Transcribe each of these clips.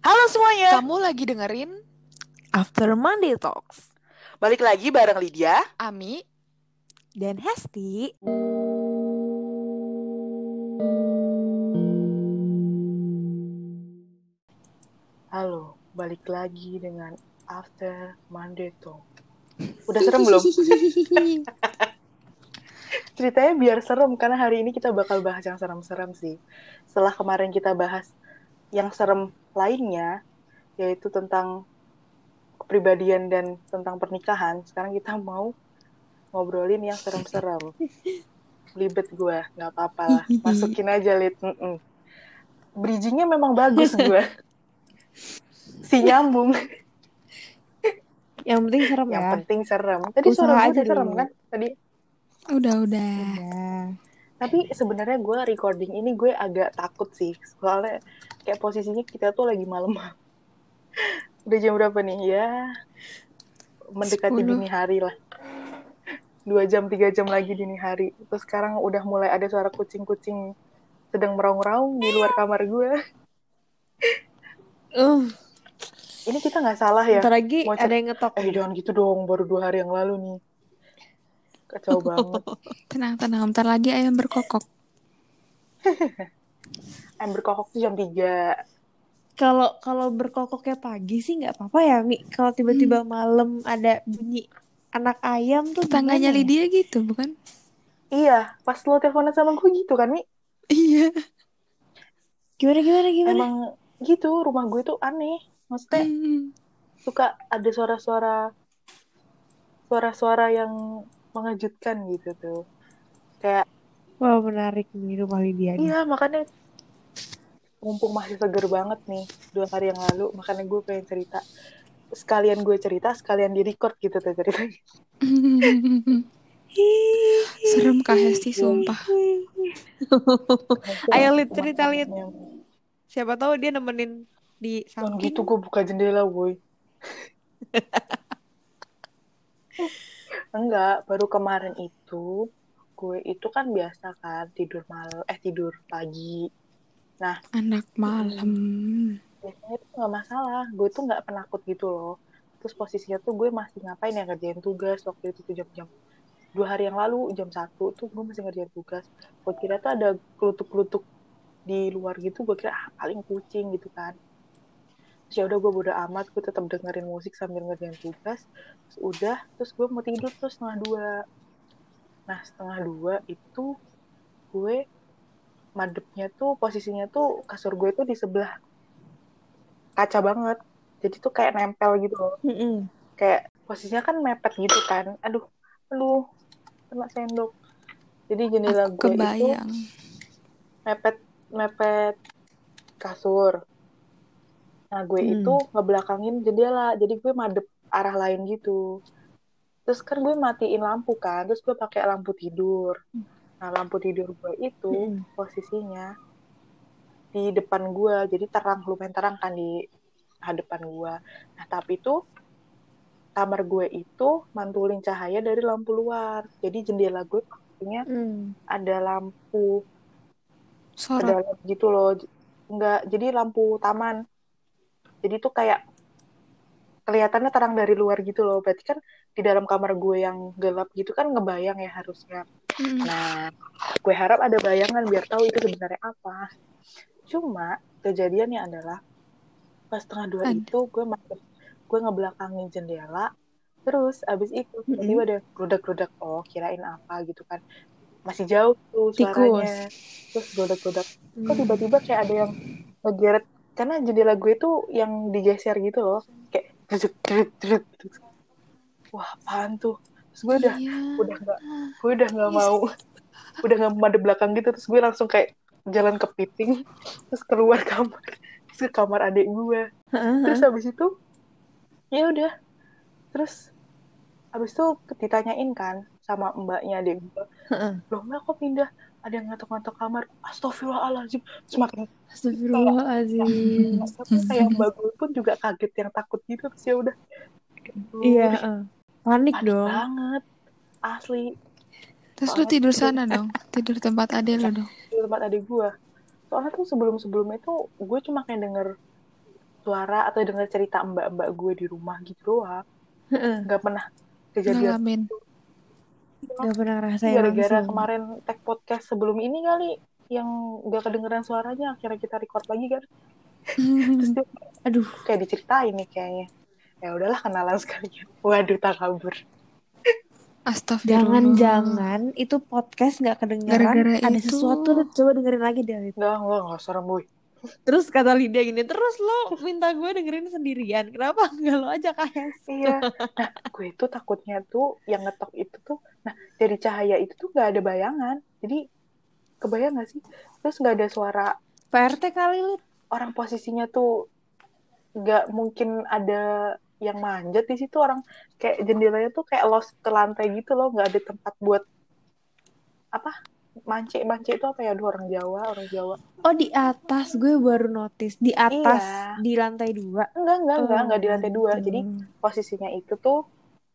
Halo semuanya, Kamu lagi dengerin After Monday Talks balik lagi bareng Lydia. Ami. dan Hesti. Halo, balik lagi dengan After Monday Talk. Udah serem belum? Ceritanya biar serem, karena hari ini kita bakal bahas yang serem-serem sih. Setelah kemarin kita bahas yang serem lainnya, yaitu tentang kepribadian dan tentang pernikahan, sekarang kita mau ngobrolin yang serem-serem. Libet gue, gak apa-apa lah. Masukin aja, Lid. Bridgingnya memang bagus gue. Si nyambung. Yang penting serem Yang ya. penting serem. Tadi Usaha suara gue aja udah serem dulu. kan? Tadi. Udah. Tapi sebenarnya gue recording ini gue agak takut sih. Soalnya kayak posisinya kita tuh lagi malam. Udah jam berapa nih? Ya, mendekati 10. dini hari lah. 2 jam, 3 jam lagi dini hari. Terus sekarang udah mulai ada suara kucing-kucing sedang meraung-raung di luar kamar gue. Ini kita nggak salah ya. Bentar lagi Mau ada yang ngetok. jangan gitu dong. Baru 2 hari yang lalu nih. Kacau banget. Tenang, bentar lagi ayam berkokok. Ayam berkokok tuh jam 3. Kalau berkokoknya pagi sih nggak apa-apa ya, Mi. Kalau tiba-tiba malam ada bunyi anak ayam tuh Tetangganya gimana ya? Lydia gitu, bukan? Iya, pas lo teleponan sama gue gitu kan, Mi? Iya. Gimana? Emang gitu, rumah gue tuh aneh. Maksudnya suka ada suara-suara yang mengejutkan gitu tuh. Kayak, Wah, menarik nih rumah Lydia nih. iya makanya mumpung masih seger banget nih 2 hari yang lalu, makanya gue pengen cerita. Sekalian gue cerita, sekalian di-record gitu tuh ceritanya. Serem Kak Hesti, sumpah. Ayo Lid, cerita Lid. Makanya, Siapa tahu dia nemenin di jangan samping. gitu gue buka jendela, boy. Enggak, baru kemarin itu, gue itu kan biasa kan tidur pagi. Nah, Anak malam. biasanya itu nggak masalah, gue tuh nggak penakut gitu loh. Terus posisinya tuh gue masih ngapain ya, ngerjain tugas waktu itu tuh jam-jam 2 hari yang lalu jam 1 tuh gue masih ngerjain tugas. Gue kira tuh ada kelutuk-kelutuk di luar gitu, gue kira paling kucing gitu kan. Terus ya udah gue bodo amat, gue tetap dengerin musik sambil ngerjain tugas. Terus gue mau tidur tuh 1:30. Nah 1:30 itu gue madepnya tuh posisinya tuh kasur gue tuh di sebelah kaca banget, jadi tuh kayak nempel gitu loh. Kayak posisinya kan mepet gitu kan. Aduh kena sendok. Jadi jendela Aku gue itu kebayang. mepet mepet kasur. Nah gue itu ngebelakangin jendela, jadi gue madep arah lain gitu. Terus kan gue matiin lampu kan, terus gue pakai lampu tidur. Nah lampu tidur gue itu posisinya di depan gue, jadi lumayan terang kan di hadapan gue. Nah tapi tuh kamar gue itu mantulin cahaya dari lampu luar. Jadi jendela gue pastinya ada lampu, Sorot. gitu loh. Enggak, jadi lampu taman. Jadi tuh kayak kelihatannya terang dari luar gitu loh. Berarti kan di dalam kamar gue yang gelap gitu kan ngebayang ya harusnya. Nah, gue harap ada bayangan biar tahu itu sebenarnya apa. Cuma kejadiannya adalah pas 1:30 itu gue ngebelakangin jendela. Terus abis itu tiba-tiba ada gerudak-gerudak, oh kirain apa gitu kan, masih jauh tuh suaranya. Terus gerudak-gerudak, kok tiba-tiba kayak ada yang ngegeret, karena jendela gue tuh yang digeser gitu loh, kayak drut. Wah apaan tuh. Terus gue udah nggak mau, udah nggak madep belakang gitu. Terus gue langsung kayak jalan ke piting, terus keluar kamar, terus ke kamar adik gue. Terus habis itu ya udah, terus habis itu ditanyain kan sama mbaknya adik gue, loh mbak kok pindah, ada yang ngetok-ngetok kamar. Astagfirullahaladzim. Semakin Astagfirullahaladzim. kayak mbak gue pun juga kaget yang takut gitu. Terus ya udah, Iya, panik panik dong. banget asli. Terus lu tidur sana dong, tidur tempat adek lu dong. Di tempat adik gue. Soalnya tuh sebelum-sebelumnya tuh gue cuma kayak denger suara atau dengar cerita mbak-mbak gue di rumah gitu doang. Heeh. Nggak pernah kejadian. Ngalamin. Gak pernah ngerasain Gara-gara langsung. kemarin tag podcast sebelum ini kali yang nggak kedengeran suaranya, akhirnya kita record lagi kan. Terus dia Aduh, kayak diceritain nih kayaknya. Ya udahlah, kenalan sekalian. Waduh, tak kabur. Astagfirullah. jangan-jangan itu podcast gak kedengeran, Gara-gara ada itu. sesuatu, coba dengerin lagi deh. Lid. Nggak serem, boy. Terus kata Lydia gini, terus lo minta gue dengerin sendirian, kenapa nggak lo ajak AS? Iya. Nah, gue tuh takutnya tuh yang ngetok itu tuh, nah dari cahaya itu tuh nggak ada bayangan. Jadi kebayang nggak sih? Terus nggak ada suara PRT kali, Lid. orang, posisinya tuh nggak mungkin ada yang manjat di situ, orang kayak jendelanya tuh kayak lost ke lantai gitu loh, nggak ada tempat buat apa, mance itu apa ya, aduh, orang Jawa. Oh, di atas, gue baru notice di atas, Iya, di lantai 2. enggak di lantai 2. Gitu. Jadi posisinya itu tuh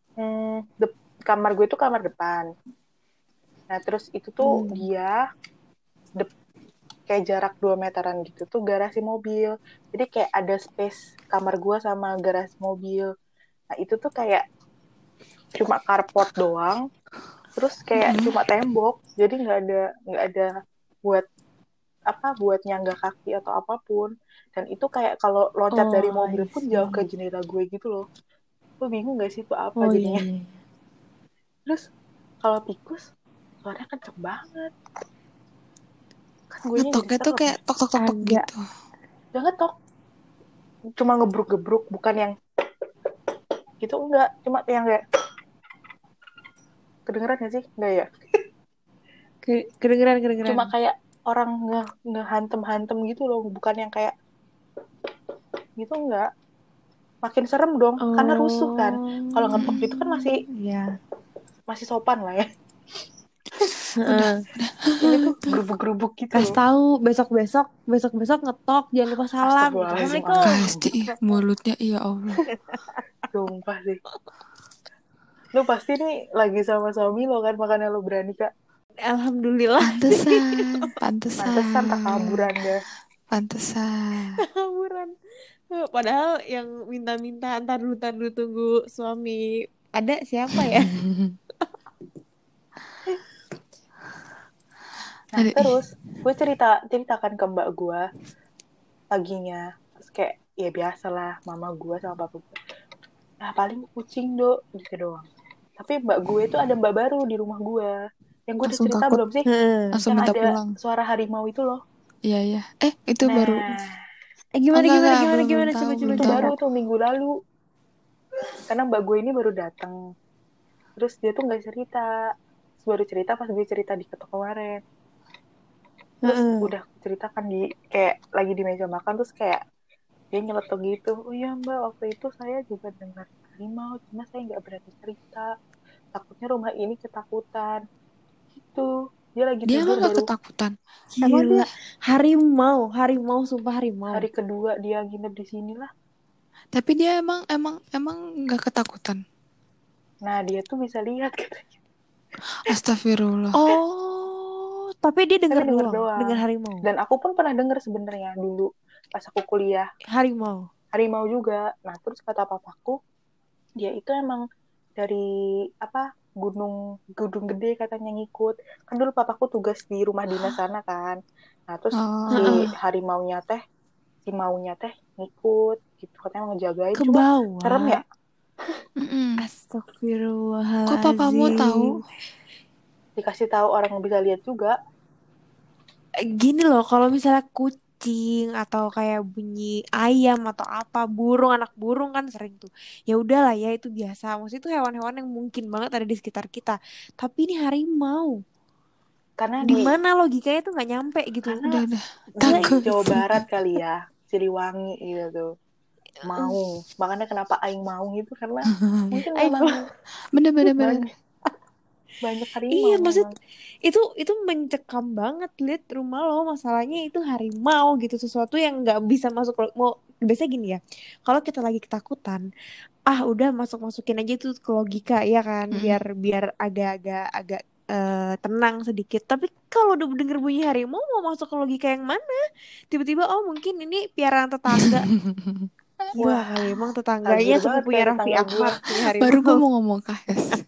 kamar gue tuh kamar depan. Nah terus itu tuh dia kayak jarak 2 meteran gitu tuh garasi mobil. Jadi kayak ada space kamar gue sama garasi mobil. Nah itu tuh kayak cuma carport doang, terus kayak cuma tembok, jadi nggak ada buat buat nyangga kaki atau apapun. Dan itu kayak kalau loncat dari mobil pun jauh ke jendela gue gitu loh. Lo bingung gak sih itu apa jadinya? Iya. Terus kalau tikus suaranya kenceng banget. Kan gue Ngetoknya tuh kayak tok gitu. Udah ngetok, cuma ngebruk-gebruk, bukan yang gitu, enggak, cuma yang kayak kedengeran gak sih? Enggak ya? Kedengeran. Cuma kayak orang ngehantem-hantem gitu loh, bukan yang kayak gitu, enggak. Makin serem dong, karena rusuh kan. Kalau ngetok gitu kan masih sopan lah ya. Udah. Ini tuh gerubuk-gerubuk gitu Kasih loh. tahu besok ngetok, jangan lupa salam. Astagfirullahaladzim. Assalamualaikum. Pasti mulutnya, ya Allah. Sumpah sih. Lu pasti nih lagi sama suami lo kan, makanya lo berani, Kak. Alhamdulillah. Pantesan takaburan deh. Pantesan. Takaburan. Padahal yang minta-minta antar dulu tunggu suami ada siapa ya? Nah terus gue ceritakan ke mbak gue paginya, terus kayak ya biasalah mama gue sama papa gue, nah paling kucing do gitu doang. Tapi mbak gue itu ada mbak baru di rumah gue, yang gue udah cerita belum sih, langsung yang minta ada pulang. Suara harimau itu loh. Iya itu baru gimana coba itu baru tuh minggu lalu, karena mbak gue ini baru datang, terus dia tuh nggak cerita, baru cerita pas gue cerita di ketok kemarin. Terus udah ceritakan di kayak lagi di meja makan, terus kayak dia nyeletuk gitu, oh iya mbak, waktu itu saya juga dengar harimau, cuma saya nggak berani cerita, takutnya rumah ini ketakutan gitu. Dia lagi dia tidur nggak baru ketakutan. Emang dia harimau sumpah harimau. hari kedua dia nginep di sini lah. Tapi dia emang nggak ketakutan. Nah dia tuh bisa lihat katanya. Astagfirullah. Oh, tapi dia dengar doang. Dengar harimau. Dan aku pun pernah dengar sebenarnya dulu pas aku kuliah. Harimau juga. Nah terus kata papaku, dia itu emang dari gunung gede katanya ngikut. Kan dulu papaku tugas di rumah dinas sana kan. Nah terus si harimaunya teh, si maunya teh ngikut gitu, katanya ngejagain. Ke Cuma bawah. serem ya. Astagfirullahaladzim. Kok papamu tahu? dikasih tahu orang yang bisa lihat juga. Gini loh, kalau misalnya kucing atau kayak bunyi ayam atau apa, burung, anak burung kan sering tuh. Ya udahlah ya, itu biasa. Maksudnya itu hewan-hewan yang mungkin banget ada di sekitar kita. Tapi ini harimau. Karena di mana logikanya tuh nggak nyampe gitu. Karena di Jawa Barat kali ya, Siliwangi gitu tuh. Maung. Makanya kenapa aing maung itu karena mungkin memang bener. Banyak harimau. Iya, maksud itu mencekam banget, lihat rumah lo, masalahnya itu harimau gitu, sesuatu yang nggak bisa masuk. Mau biasanya gini ya, kalau kita lagi ketakutan, udah masukin aja itu ke logika ya kan, biar agak tenang sedikit. Tapi kalau udah denger bunyi harimau mau masuk ke logika yang mana? Tiba-tiba mungkin ini piaraan tetangga. Gila Wah, kali emang tetangganya tajir banget sepupunya kayak Raffi tetangga gue. Ahmad punya Baru gue harimau. mau ngomong KS.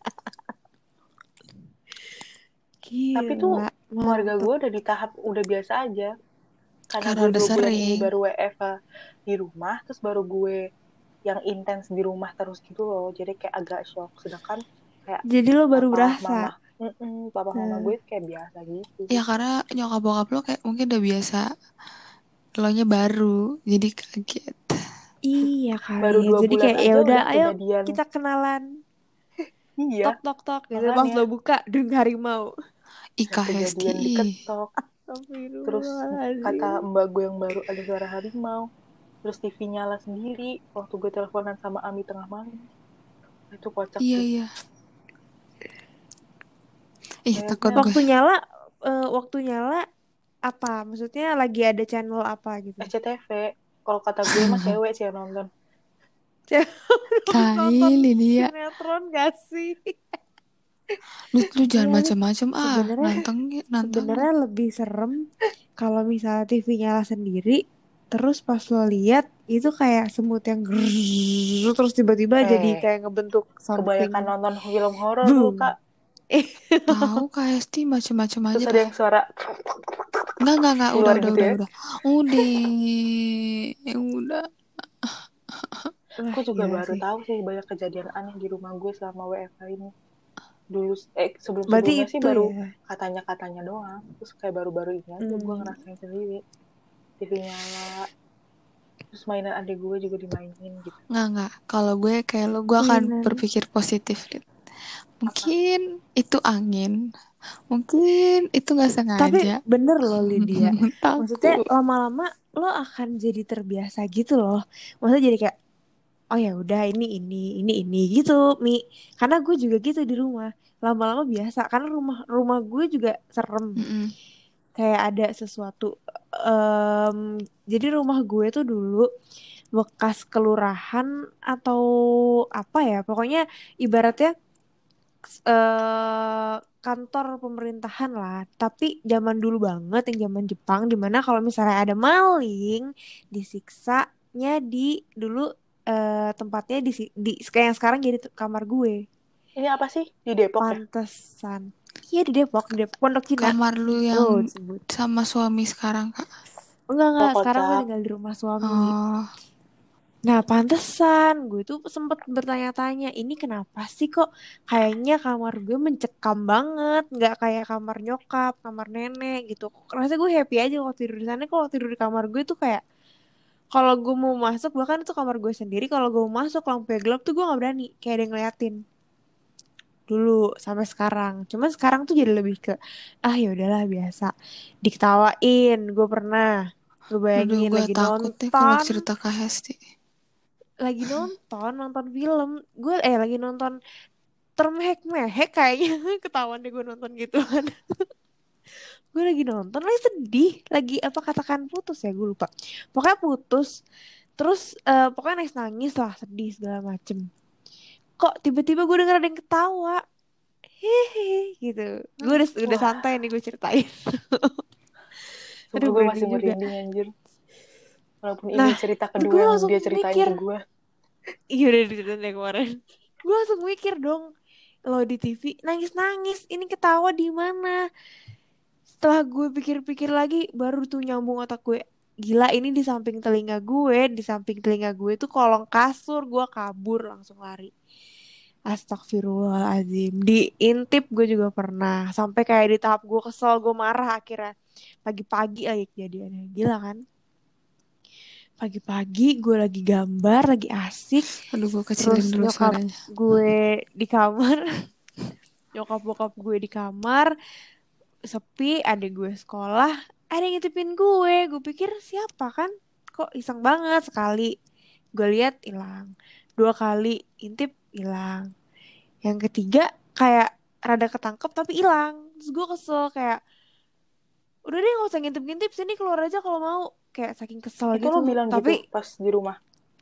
Tapi tuh Gila, keluarga mantep. gue udah di tahap udah biasa aja. Karena Karena gue udah 2 bulan ini sering. baru WFH di rumah, terus baru gue yang intens di rumah terus gitu loh. Jadi kayak agak shock. Sedangkan kayak Jadi lo baru papa berasa. mama, papa mama Nah, gue kayak biasa gitu. Ya karena nyokap bokap lo kayak mungkin udah biasa. Lo nya baru. Jadi kaget. iya kali Baru ya. dua Jadi bulan kayak ya aja udah, udah ayo kejadian. kita kenalan. Iya, Tok tok tok gitu. Pas makanya lo buka, deng harimau. Ika Hesti. kejadian diketok. Terus kata Astagfirullahaladzim. mbak gue yang baru ada suara harimau. Terus TV nyala sendiri waktu gue teleponan sama Ami tengah malam. Itu kocak Iya sih. iya. Ih Kayaknya takut gue. Waktu nyala apa? Maksudnya lagi ada channel apa gitu? SCTV. Kalau kata gue mah cewek sih yang nonton. Nonton Tahil ini ya. sinetron gak sih? Lu jangan Iya, macam-macam sebenarnya nantangin. lebih serem kalau misalnya TV nyala sendiri, terus pas lo lihat itu kayak semut yang grrrr, terus tiba-tiba jadi Eh, kayak ngebentuk kebanyakan something, nonton film horor lu, boom. Kak. Tahu Kak Hesti macam-macam aja Terus ada dah. yang suara Enggak, di udah luar udah gitu udah ya. udah. Udah. Wah, Aku juga gila baru sih. tahu sih banyak kejadian aneh di rumah gue selama WFH ini. Dulu Berarti sebelum-sebelumnya sih itu baru ya. katanya-katanya doang. Terus kayak baru-baru ini aja gue Hmm. ngerasain sendiri. TV nyala, terus mainan adik gue juga dimainin gitu. Enggak. Kalau gue kayak lo, gue akan Mainan. berpikir positif, Lid. Apa? Mungkin itu angin. Mungkin itu nggak Tapi sengaja. bener loh Lydia. Maksudnya Takut. lama-lama lo akan jadi terbiasa gitu loh. Maksudnya jadi kayak oh ya udah ini gitu Mi. Karena gue juga gitu di rumah. Lama-lama biasa karena rumah rumah gue juga serem. Mm-mm. Kayak ada sesuatu. em, jadi rumah gue tuh dulu bekas kelurahan atau apa ya. Pokoknya ibaratnya kantor pemerintahan lah. Tapi zaman dulu banget yang zaman Jepang dimana kalau misalnya ada maling disiksanya di dulu tempatnya di kayak yang sekarang jadi kamar gue. Ini apa sih? Di Depok ya? Pantesan. Iya di Depok Pondok Cina. Kamar lu Gitu yang disebut. sama suami sekarang, Kak? Oh, Enggak, sekarang gue kocak. tinggal di rumah suami. Oh, Nah, pantesan gue tuh sempet bertanya-tanya, ini kenapa sih kok kayaknya kamar gue mencekam banget, nggak kayak kamar nyokap, kamar nenek gitu. Rasanya gue happy aja waktu tidur di sana. Kalau tidur di kamar gue tuh kayak, kalau gue mau masuk, bahkan itu kamar gue sendiri, kalau gue mau masuk lampunya gelap tuh gue nggak berani, kayak ada yang ngeliatin dulu sampai sekarang. Cuman sekarang tuh jadi lebih ke, ah ya udahlah biasa, diketawain. Gue pernah, gue aduh bayangin gue lagi takut deh kalau nonton cerita Kak Hesti. nonton film gue lagi nonton termehek-mehek kayaknya ketahuan deh gue nonton gituan. Gue lagi nonton lagi sedih lagi apa katakan putus ya gue lupa pokoknya putus terus pokoknya nangis nangis lah sedih segala macem kok tiba-tiba gue denger ada yang ketawa hehe gitu gue udah Wah, santai nih gue ceritain. sumpah Aduh gue masih merinding juga. merinding anjir. Walaupun ini Nah cerita tuh kedua gue yang langsung dia ceritain mikir ke gue. iya udah diceritain dari kemarin. Gue langsung mikir dong lo di TV nangis nangis ini ketawa di mana. Setelah gue pikir-pikir lagi, baru tuh nyambung otak gue. Gila ini di samping telinga gue tuh kolong kasur, gue kabur langsung lari. Astagfirullahaladzim. Diintip gue juga pernah. Sampai kayak di tahap gue kesel, gue marah akhirnya. Pagi-pagi lagi kejadiannya. Gila kan? Pagi-pagi gue lagi gambar, lagi asik. Aduh gue kecilin Terus dulu nyokap suaranya. gue di kamar. Nyokap bokap gue di kamar. Sepi, adik gue sekolah, ada yang ngintipin gue pikir siapa kan, kok iseng banget sekali, gue lihat hilang, 2 kali intip hilang, yang ketiga kayak rada ketangkep tapi hilang, terus gue kesel kayak udah deh nggak usah ngintip-ngintip sini keluar aja kalau mau, kayak saking kesel Itu lo gitu bilang gitu tapi pas di rumah.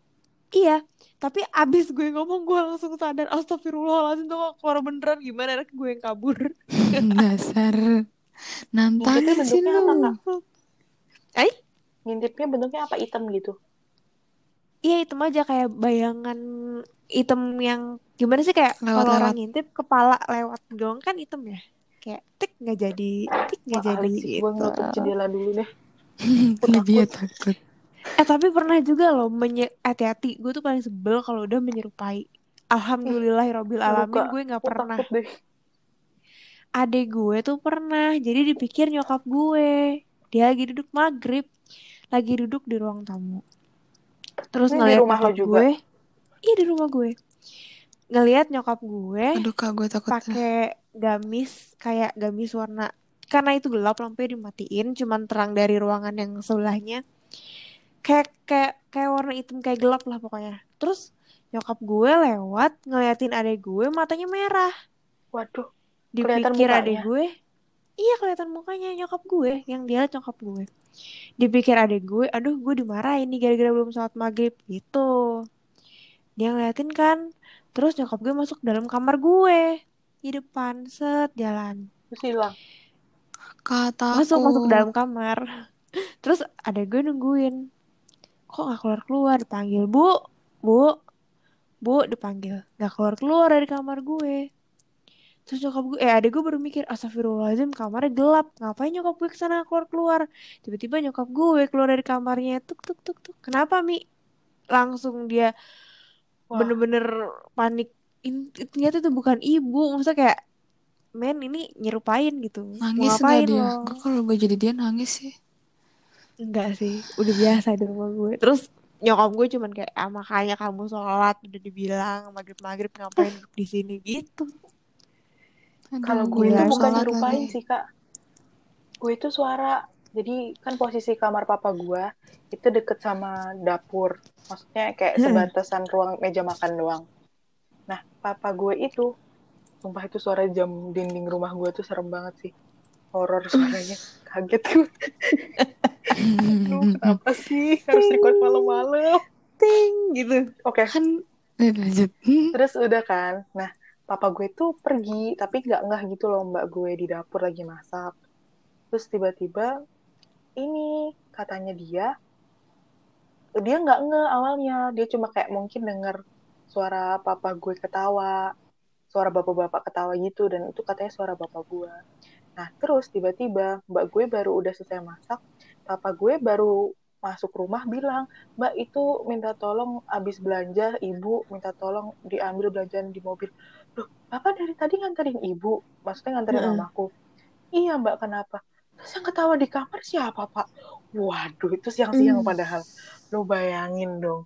Iya, tapi abis gue ngomong gue langsung sadar, astagfirullahaladzim tuh kok keluar beneran, gimana anak gue yang kabur. Dasar Ngintipnya nantangin sih bentuknya apa, Kak? lu. Eh, Ngintipnya bentuknya apa? Hitam gitu. iya hitam aja kayak bayangan hitam yang gimana sih, kayak kalau orang Lewat-lewat. ngintip kepala lewat doang kan hitam ya. Kayak tik nggak Wah, jadi alik sih. Gue gitu. nutup jendela dulu deh. Aku Ini dia takut. takut. Tapi pernah juga loh hati-hati, gue tuh paling sebel kalau udah menyerupai. Ih, Alhamdulillahirobbil seru, alamin Kak. gue nggak Aku pernah. takut deh. Adek gue tuh pernah, jadi dipikir nyokap gue. Dia lagi duduk maghrib, lagi duduk di ruang tamu. Terus Ini di ngeliat rumah lo nyokap juga? gue, iya di rumah gue. Ngeliat nyokap gue Aduh kak, gue takut. pakai gamis, kayak gamis warna, karena itu gelap lampunya dimatiin, cuman terang dari ruangan yang sebelahnya. Kayak warna hitam kayak gelap lah pokoknya. Terus nyokap gue lewat ngeliatin adek gue matanya merah. Waduh, kelihatan Dipikir adek mukanya. gue, iya kelihatan mukanya nyokap gue, yang dia liat nyokap gue. Dipikir adek gue, aduh gue dimarahin nih gara-gara belum sholat maghrib gitu. Dia ngeliatin kan, terus nyokap gue masuk dalam kamar gue di depan, set jalan. Terus hilang. Kak Masuk takut. dalam kamar. Terus adek gue nungguin, kok nggak keluar keluar, dipanggil bu bu, dipanggil nggak keluar keluar dari kamar gue. Terus nyokap gue, adek gue baru mikir, astagfirullahaladzim kamarnya gelap, ngapain nyokap gue kesana keluar keluar. Tiba-tiba nyokap gue keluar dari kamarnya, tuk tuk tuk tuk, kenapa Mi? Langsung dia Wah, bener-bener panik. Ternyata itu bukan ibu, maksudnya kayak, men ini nyerupain gitu, mau Nangis nggak ngapain dia? lo? Gue kalau gue jadi dia nangis sih. Enggak sih, udah biasa di rumah gue. Terus nyokap gue cuman kayak, ah makanya kamu sholat udah dibilang maghrib maghrib ngapain duduk di sini gitu. kalau Aduh, gue gue itu Gila belum bukan emang. sholat lagi. nyerupain sih, Kak. Gue itu suara. Jadi kan posisi kamar papa gue itu deket sama dapur. Maksudnya kayak sebatasan ruang meja makan doang. Nah, papa gue itu, sumpah itu suara jam dinding rumah gue tuh serem banget sih. Horor suaranya. Kaget gue. Aduh, kenapa sih harus Ting, record malam-malam? ting gitu. Oke, Kan lanjut. terus udah kan. Nah, papa gue tuh pergi, tapi nggak gitu loh mbak gue di dapur lagi masak. Terus tiba-tiba ini katanya dia nggak awalnya, dia cuma kayak mungkin denger suara papa gue ketawa, suara bapak-bapak ketawa gitu, dan itu katanya suara bapak gue. Nah terus tiba-tiba mbak gue baru udah selesai masak, papa gue baru masuk rumah bilang, mbak itu minta tolong abis belanja, ibu minta tolong diambil belanjaan di mobil. Loh, bapak dari tadi nganterin ibu, maksudnya nganterin Heeh. mamaku. Iya mbak, kenapa? Terus yang ketawa di kamar siapa pak? Waduh, itu siang-siang padahal. Lo bayangin dong.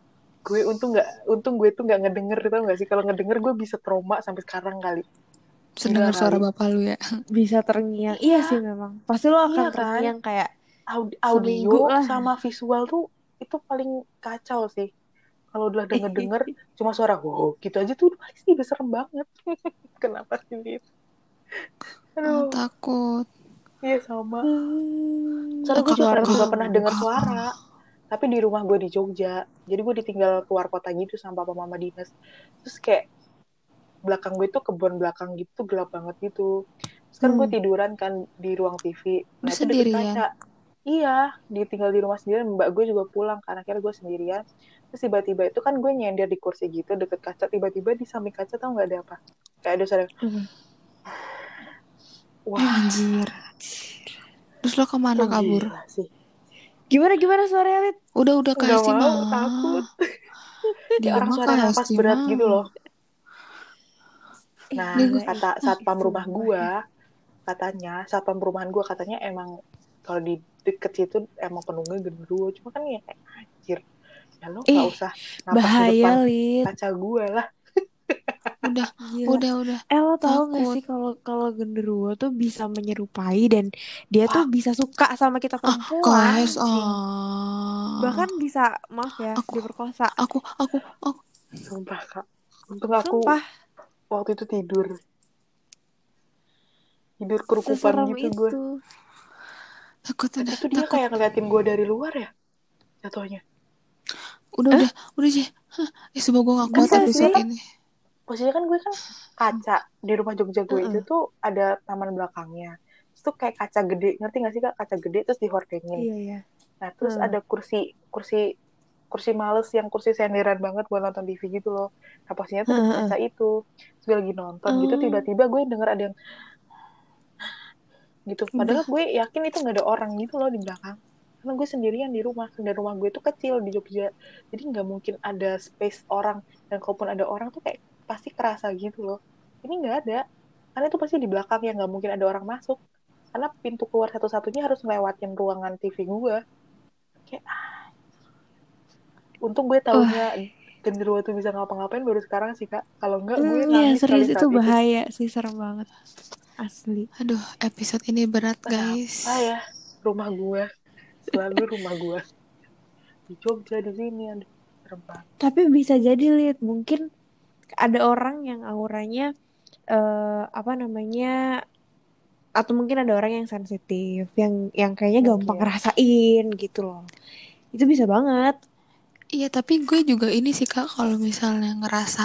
Untung gue tuh nggak ngedenger, tau nggak sih? Kalau ngedenger gue bisa trauma sampai sekarang kali. Gila Sedengar suara kali. bapak lu ya. Bisa terngiang. Iya sih Iya, memang. Pasti lo akan iya kan? terngiang kayak Audio seminggu lah. sama visual tuh itu paling kacau sih. Kalau udah denger-denger cuma suara wow gitu aja tuh pasti udah serem banget. Kenapa sih gitu? Ah, Aduh, takut. iya sama. Hmm, Soalnya gue keluar juga pernah dulu. dengar suara. Tapi di rumah gue di Jogja. Jadi gue ditinggal keluar kota gitu sama papa mama dinas. Terus kayak belakang gue tuh kebun belakang gitu gelap banget gitu. Terus kan gue tiduran kan di ruang TV. Lu Nah itu deket sendirian. kaca. Iya, ditinggal di rumah sendirian. Mbak gue juga pulang karena akhirnya gue sendirian. Terus tiba-tiba itu kan gue nyender di kursi gitu deket kaca. Tiba-tiba di samping kaca tau nggak ada apa? Kayak ada suara, wah, Anjir. Terus lo kemana kok kabur? gila sih. Gimana suara Rit? Udah Nggak kasih mau, mah. takut. Kayak Dia orang mah suara napas kasih berat mah. gitu loh. Ih, Nah, Nih gue. gila ih. kata satpam rumah Sumpah gua, ya. katanya satpam perumahan gua katanya emang kalau di deket situ emang penuhnya genderuwo. Cuma kan ya kayak anjir. Ya lo nggak Ih, usah napas di bahaya depan Lid. kaca gua lah. Udah. Gila. Udah. Lo tahu nggak Takut. sih kalau kalau genderuwo tuh bisa menyerupai dan dia tuh Wah, bisa suka sama kita Ah, perempuan. guys. Bahkan bisa, maaf ya, Aku. diperkosa. Aku. sumpah kak. Untung aku Sumpah, waktu itu tidur kerukupan seserem gitu gue. itu. Takut Dan udah. itu dia Takut. kayak ngeliatin gue dari luar ya, jatuhnya. udah aja. Coba gue gak kuat Bisa episode sih. ini. Posisinya kan gue kan kaca di rumah Jogja gue itu tuh ada taman belakangnya. Terus tuh kayak kaca gede, ngerti gak sih Kak? Kaca gede terus dihordengin. Iya ya. Nah, terus ada kursi males yang kursi senderan banget buat nonton TV gitu loh. Nah, posisinya tuh deket kaca itu. Terus gue lagi nonton gitu, tiba-tiba gue denger ada yang gitu. Udah. Padahal gue yakin itu nggak ada orang gitu loh di belakang. Karena gue sendirian di rumah. Dan rumah gue tuh kecil di Jogja. Jadi nggak mungkin ada space orang. Dan kalaupun ada orang tuh kayak pasti kerasa gitu loh. Ini nggak ada. Karena itu pasti di belakang yang nggak mungkin ada orang masuk. Karena pintu keluar satu-satunya harus ngelewatin ruangan TV gue. Kayak, untung gue taunya genderuwo tuh bisa ngapa-ngapain baru sekarang sih, Kak. Kalau enggak, gue Iya nangis kali serius itu saat itu. bahaya sih, serem banget. Asli. Aduh, episode ini berat guys. Kenapa ya? Rumah gue. Selalu rumah gue. Di Jogja, di sini. Aduh, serem banget. Tapi bisa jadi Lid, mungkin ada orang yang auranya apa namanya, atau mungkin ada orang yang sensitif, yang kayaknya gampang Mungkin. ngerasain gitu loh. Itu bisa banget. Iya, tapi gue juga ini sih Kak, kalau misalnya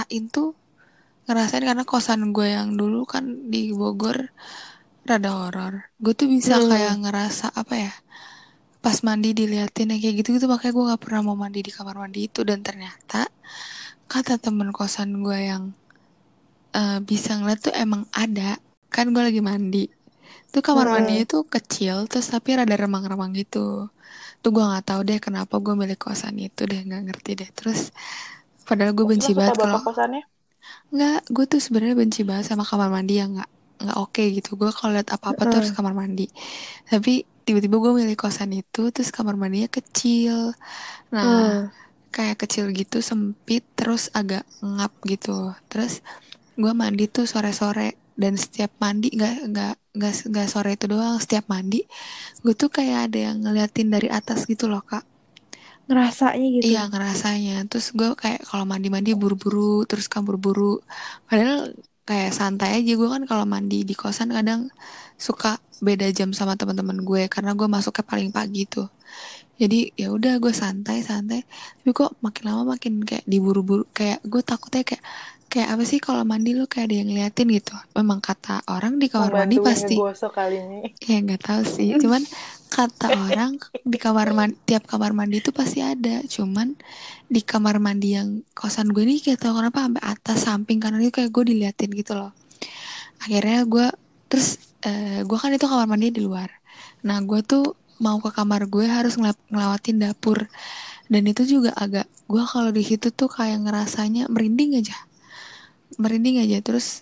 ngerasain karena kosan gue yang dulu kan di Bogor rada horor. Gue tuh bisa kayak ngerasa apa ya, pas mandi diliatin yang kayak gitu-gitu, makanya gue nggak pernah mau mandi di kamar mandi itu. Dan ternyata kata temen kosan gue yang bisa ngeliat tuh emang ada. Kan gue lagi mandi tuh, kamar mandinya tuh kecil terus tapi rada remang-remang gitu. Tuh gue nggak tahu deh kenapa gue milik kosan itu deh, nggak ngerti deh. Terus padahal gue benci Maksudnya suka banget kalau bapak kosannya? nggak, gue tuh sebenarnya benci banget sama kamar mandi yang nggak oke gitu. Gue kalau liat apa-apa tuh harus kamar mandi. Tapi tiba-tiba gue milih kosan itu, terus kamar mandinya kecil. Nah, kayak kecil gitu, sempit, terus agak ngap gitu. Terus gue mandi tuh sore-sore, dan setiap mandi nggak sore itu doang, setiap mandi gue tuh kayak ada yang ngeliatin dari atas gitu loh Kak. Ngerasanya gitu. Iya, ngerasanya. Terus gue kayak kalau mandi-mandi buru-buru, terus kan buru-buru. Padahal kayak santai aja. Gue kan kalau mandi di kosan kadang suka beda jam sama teman-teman gue karena gue masuknya paling pagi tuh. Jadi ya udah gue santai-santai. Tapi kok makin lama makin kayak diburu-buru. Kayak gue takutnya kayak apa sih kalau mandi lu kayak ada yang ngeliatin gitu. Memang kata orang di kamar mandi Membantuin pasti, ngegosok kali ini. ya nggak tahu sih, cuman kata orang di kamar mandi, tiap kamar mandi itu pasti ada. Cuman di kamar mandi yang kosan gue nih kayak tau kenapa sampai atas samping kanan itu kayak gue diliatin gitu loh. Akhirnya gue terus gue kan itu kamar mandi di luar. Nah gue tuh mau ke kamar gue harus ngelewatin dapur, dan itu juga agak, gue kalau di situ tuh kayak ngerasanya merinding aja. Terus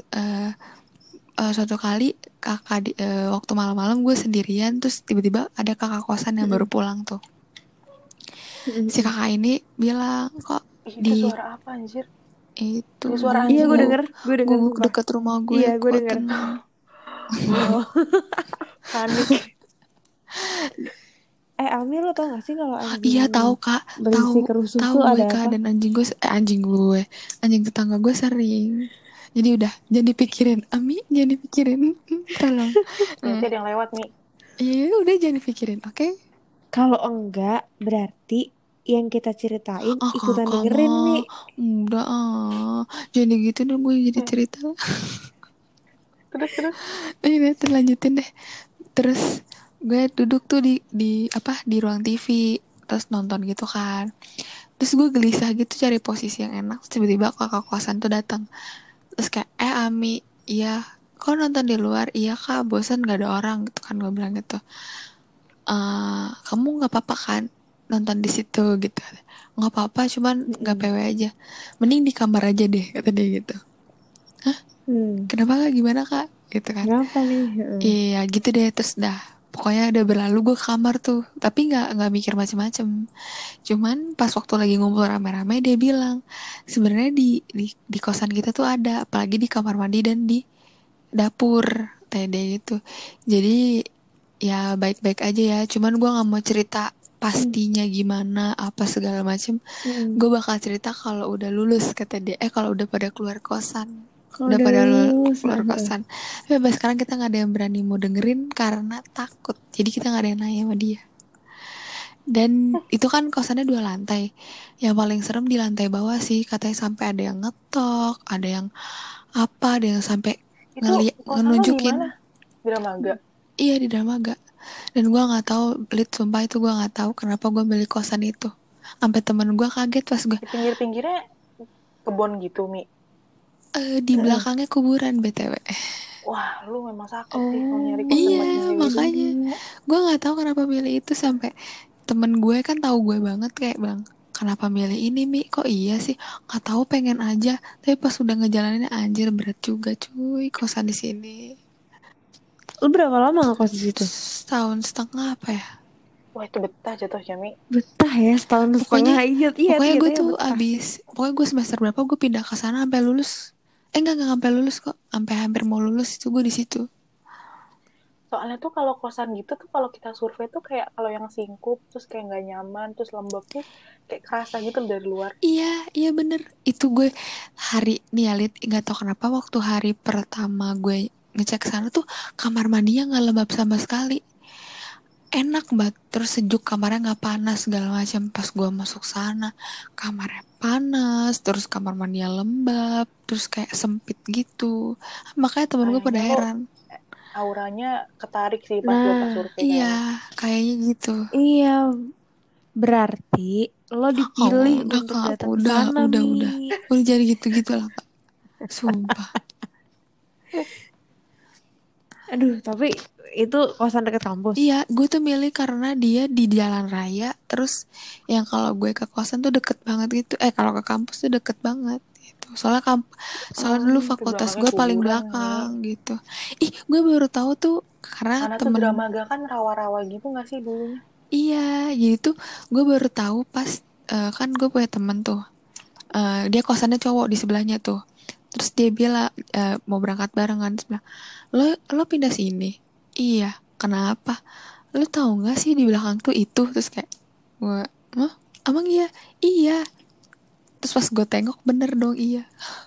suatu kali waktu malam-malam gue sendirian, terus tiba-tiba ada kakak kosan yang baru pulang tuh. Si kakak ini bilang, kok Itu di suara apa anjir? itu Ini suara di Iya anjing gue ya? denger gubuk sumpah. deket rumah gue. Iya gue kok denger. tenang. Panik. Ami lo tau gak sih kalau anjing Iya tahu Kak, berisik kerusuh tahu tuh gue ada Kak. apa? Dan anjing tetangga gue sering. Jadi udah, jangan dipikirin Ami, jangan dipikirin. Tolong. Nanti ada yang lewat nih. Iya udah, jangan dipikirin, oke? Kalau enggak berarti yang kita ceritain ikutan Kakak dengerin Mi. mah udah jadi gitu deh, gue jadi cerita. Terus. Ini terlanjutin deh. Terus gue duduk tuh di ruang TV, terus nonton gitu kan. Terus gue gelisah gitu cari posisi yang enak. Terus tiba-tiba kakak kosan tuh datang. Terus kayak, Ami, iya, kok nonton di luar? Iya Kak, bosan gak ada orang gitu kan, gue bilang gitu. Kamu nggak apa-apa kan nonton di situ gitu? Nggak apa-apa, cuman nggak PW aja. Mending di kamar aja deh, kata dia gitu. Hah? Kenapa Kak? Gimana Kak? Gitu kan? Kenapa nih? Iya gitu deh. Terus dah, pokoknya udah berlalu gue ke kamar tuh, tapi nggak mikir macem-macem. Cuman pas waktu lagi ngumpul rame-rame dia bilang, sebenarnya di kosan kita tuh ada, apalagi di kamar mandi dan di dapur, TD gitu. Jadi ya baik-baik aja ya. Cuman gue nggak mau cerita pastinya gimana apa segala macem. Gue bakal cerita kalau udah lulus, kata dia. Kalau udah pada keluar kosan. Udah pada lulus, keluar kosan. Tapi sampai sekarang kita nggak ada yang berani mau dengerin karena takut. Jadi kita nggak ada yang nanya sama dia. Dan itu kan kosannya 2 lantai. Yang paling serem di lantai bawah sih, katanya sampai ada yang ngetok, ada yang apa, ada yang sampai Itu kosan lo di mana? nunjukin. Di Dramaga. Iya, di Dramaga. Dan gue nggak tahu, Lid, sumpah itu gue nggak tahu kenapa gue milih kosan itu. Sampai temen gue kaget pas gue Di pinggir-pinggirnya kebun gitu, Mi. di belakangnya kuburan BTW. Wah, lu memang sakit sih mau Oh, nyari kosan buat Iya, milih itu. makanya gue nggak tahu kenapa milih itu. Sampai temen gue kan tahu gue banget, kayak bilang, kenapa milih ini, Mi? Kok iya sih? Nggak tahu, pengen aja. Tapi pas udah ngejalaninnya, anjir berat juga cuy kosan di sini. lu berapa lama ngekos di situ? Setahun setengah apa ya? Wah, itu betah jatuhnya, Mi. Betah ya, setahun Pokoknya setengah. Iya, pokoknya gue katanya tuh betah. pokoknya gue semester berapa gue pindah ke sana sampai lulus. Enggak sampai lulus kok, sampai hampir mau lulus itu gue di situ. Soalnya tuh kalau kosan gitu tuh kalau kita survei tuh kayak kalau yang singkup terus kayak nggak nyaman terus lembab tuh kayak kerasa gitu dari luar. Iya bener. Itu gue hari nih ya, Lid, nggak tahu kenapa waktu hari pertama gue ngecek sana tuh kamar mandinya nggak lembab sama sekali. Enak banget, terus sejuk, kamarnya nggak panas segala macam. Pas gue masuk sana, kamarnya panas, terus kamar mandinya lembab, terus kayak sempit gitu. Makanya temen gue pada Kayaknya lo heran. auranya ketarik sih pas lo pas Nah, survei Iya, kayaknya. kayaknya gitu. iya, berarti lo Oh, dipilih udah untuk kak, datang ke udah, sana, udah, Mi. udah. Udah jadi gitu-gitu lah kak. Sumpah. Aduh, tapi itu kosan dekat kampus. Iya, gue tuh milih karena dia di jalan raya. Terus yang kalau gue ke kosan tuh deket banget gitu. Kalau ke kampus tuh deket banget gitu. Soalnya dulu Di fakultas belakangnya gue paling kuburan nih. belakang gitu. Ih, gue baru tahu tuh karena Sana tuh temen. Dramaga kan rawa-rawa gitu nggak sih dulunya? Iya, jadi tuh gue baru tahu pas kan gue punya temen tuh. Dia kosannya cowok di sebelahnya tuh. Terus dia bilang mau berangkat barengan. Terus bilang, lo pindah sini? Iya. Kenapa? Lo tahu nggak sih di belakang tuh itu? Terus kayak gue, hah? Emang iya? Iya. Terus pas gue tengok, bener dong iya.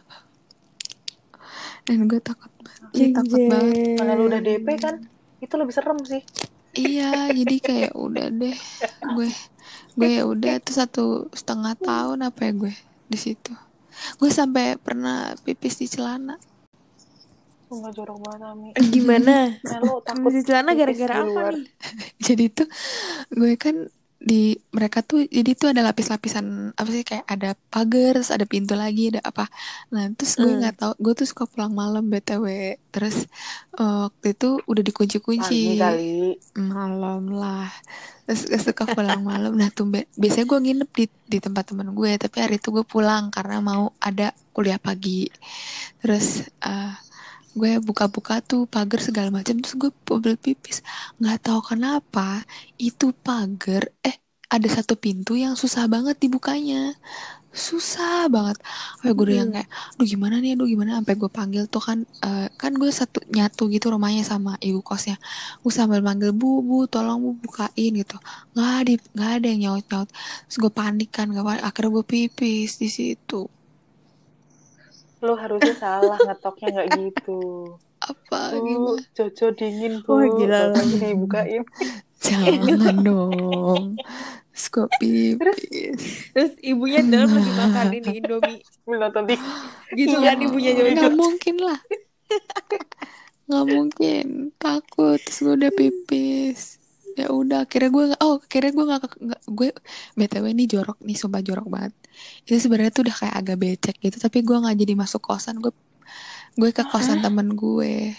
Dan gue takut banget. Iya, takut banget. Mana lu udah DP Jeng. kan? Itu lebih serem sih. Iya, jadi kayak udah deh. Gue gue ya udah tuh 1,5 tahun apa ya gue di situ. Gue sampai pernah pipis di celana. Nggak jorok banget, Ami. Gimana? Nah, lo takut Di celana pipis gara-gara di apa luar. nih? Jadi tuh gue kan di mereka tuh, jadi tuh ada lapis-lapisan apa sih, kayak ada pagar, terus ada pintu lagi, ada apa. Nah terus gue nggak tahu, gue tuh suka pulang malam BTW. Terus waktu itu udah dikunci-kunci. Pagi kali. Malam lah. Terus gue suka pulang malam. Nah tuh biasanya gue nginep di tempat temen gue, tapi hari itu gue pulang karena mau ada kuliah pagi. Terus gue buka-buka tuh pagar segala macam, terus gue bobel pipis. Nggak tahu kenapa itu pagar ada satu pintu yang susah banget dibukanya, susah banget. Kayak gue udah yang kayak, aduh gimana nih, aduh gimana, sampai gue panggil tuh kan, kan gue satu nyatu gitu rumahnya sama ibu kosnya. Gue sambil manggil, bu tolong bu bukain gitu. Nggak ada yang nyaut nyaut. Terus gue panik kan, akhirnya gue pipis di situ. Lo harusnya salah ngetoknya nggak gitu. Apa Bu, gimana? Jojo dingin, Bu. Wah, gila lo. Tahu dibukain. Jangan dong. Terus gue Terus pipis. Terus ibunya di dalam lagi makan ini Indomie. belum tadi. Gitu Iya, kan ibunya Budi Nggak Jojo. Jojo. mungkin lah. Nggak mungkin. Takut. Terus gue udah pipis. Ya udah, akhirnya gue nggak gue BTW ini jorok nih, sumpah jorok banget. Itu sebenarnya tuh udah kayak agak becek gitu, tapi gue nggak jadi masuk kosan. Gue ke kosan temen gue.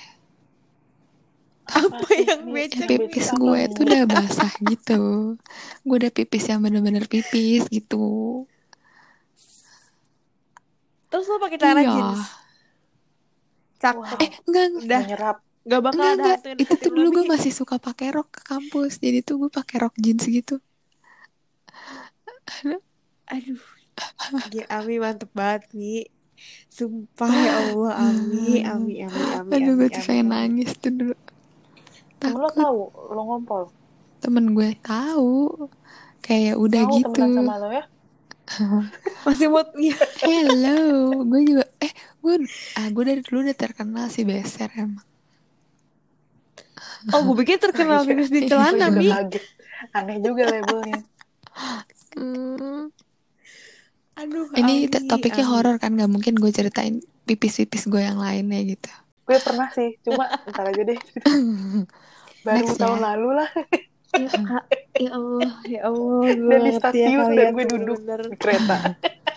Apa Apa sih, yang Mi? Ya becek Yang nih? becek pipis apa, gue Mi? tuh udah basah gitu. Gue udah pipis yang bener-bener pipis gitu. Terus lo pakai celana Iya. jeans. Cakep. Wow, Enggak, Udah menyerap. gak bakal ada enggak. hantu yang Itu deketin tuh lo, dulu Mi. gue masih suka pakai rok ke kampus. Jadi tuh gue pakai rok jeans gitu. Aduh, gila, Ami mantep banget, Mi. Sumpah ya Allah, Ami, Ami, Ami, Ami, Aduh, Ami, gue tuh Ami, pengen Ami. nangis tuh dulu. Temen lo Takut. tahu lo ngompol. Temen gue tahu. Kayak udah Mau gitu. temenan sama lo ya? Masih mood ya. Hello. Gue juga gue dari dulu udah terkenal sih beser emang. Oh, gue pikir Oh terkenal iya, pipis di gue celana, juga Mi. kaget. Aneh juga labelnya. Aduh, Ini Aldi, topiknya horor kan, nggak mungkin topiknya Aldi. horor kan, nggak mungkin gue ceritain pipis-pipis gue yang lainnya gitu. Gue pernah sih, cuma ntar aja deh. Baru Next tahun ya. lalu lah. Ya, ya Allah, gue Dan di ngerti ya stasiun dan kalian gue tuh duduk bener-bener. di kereta.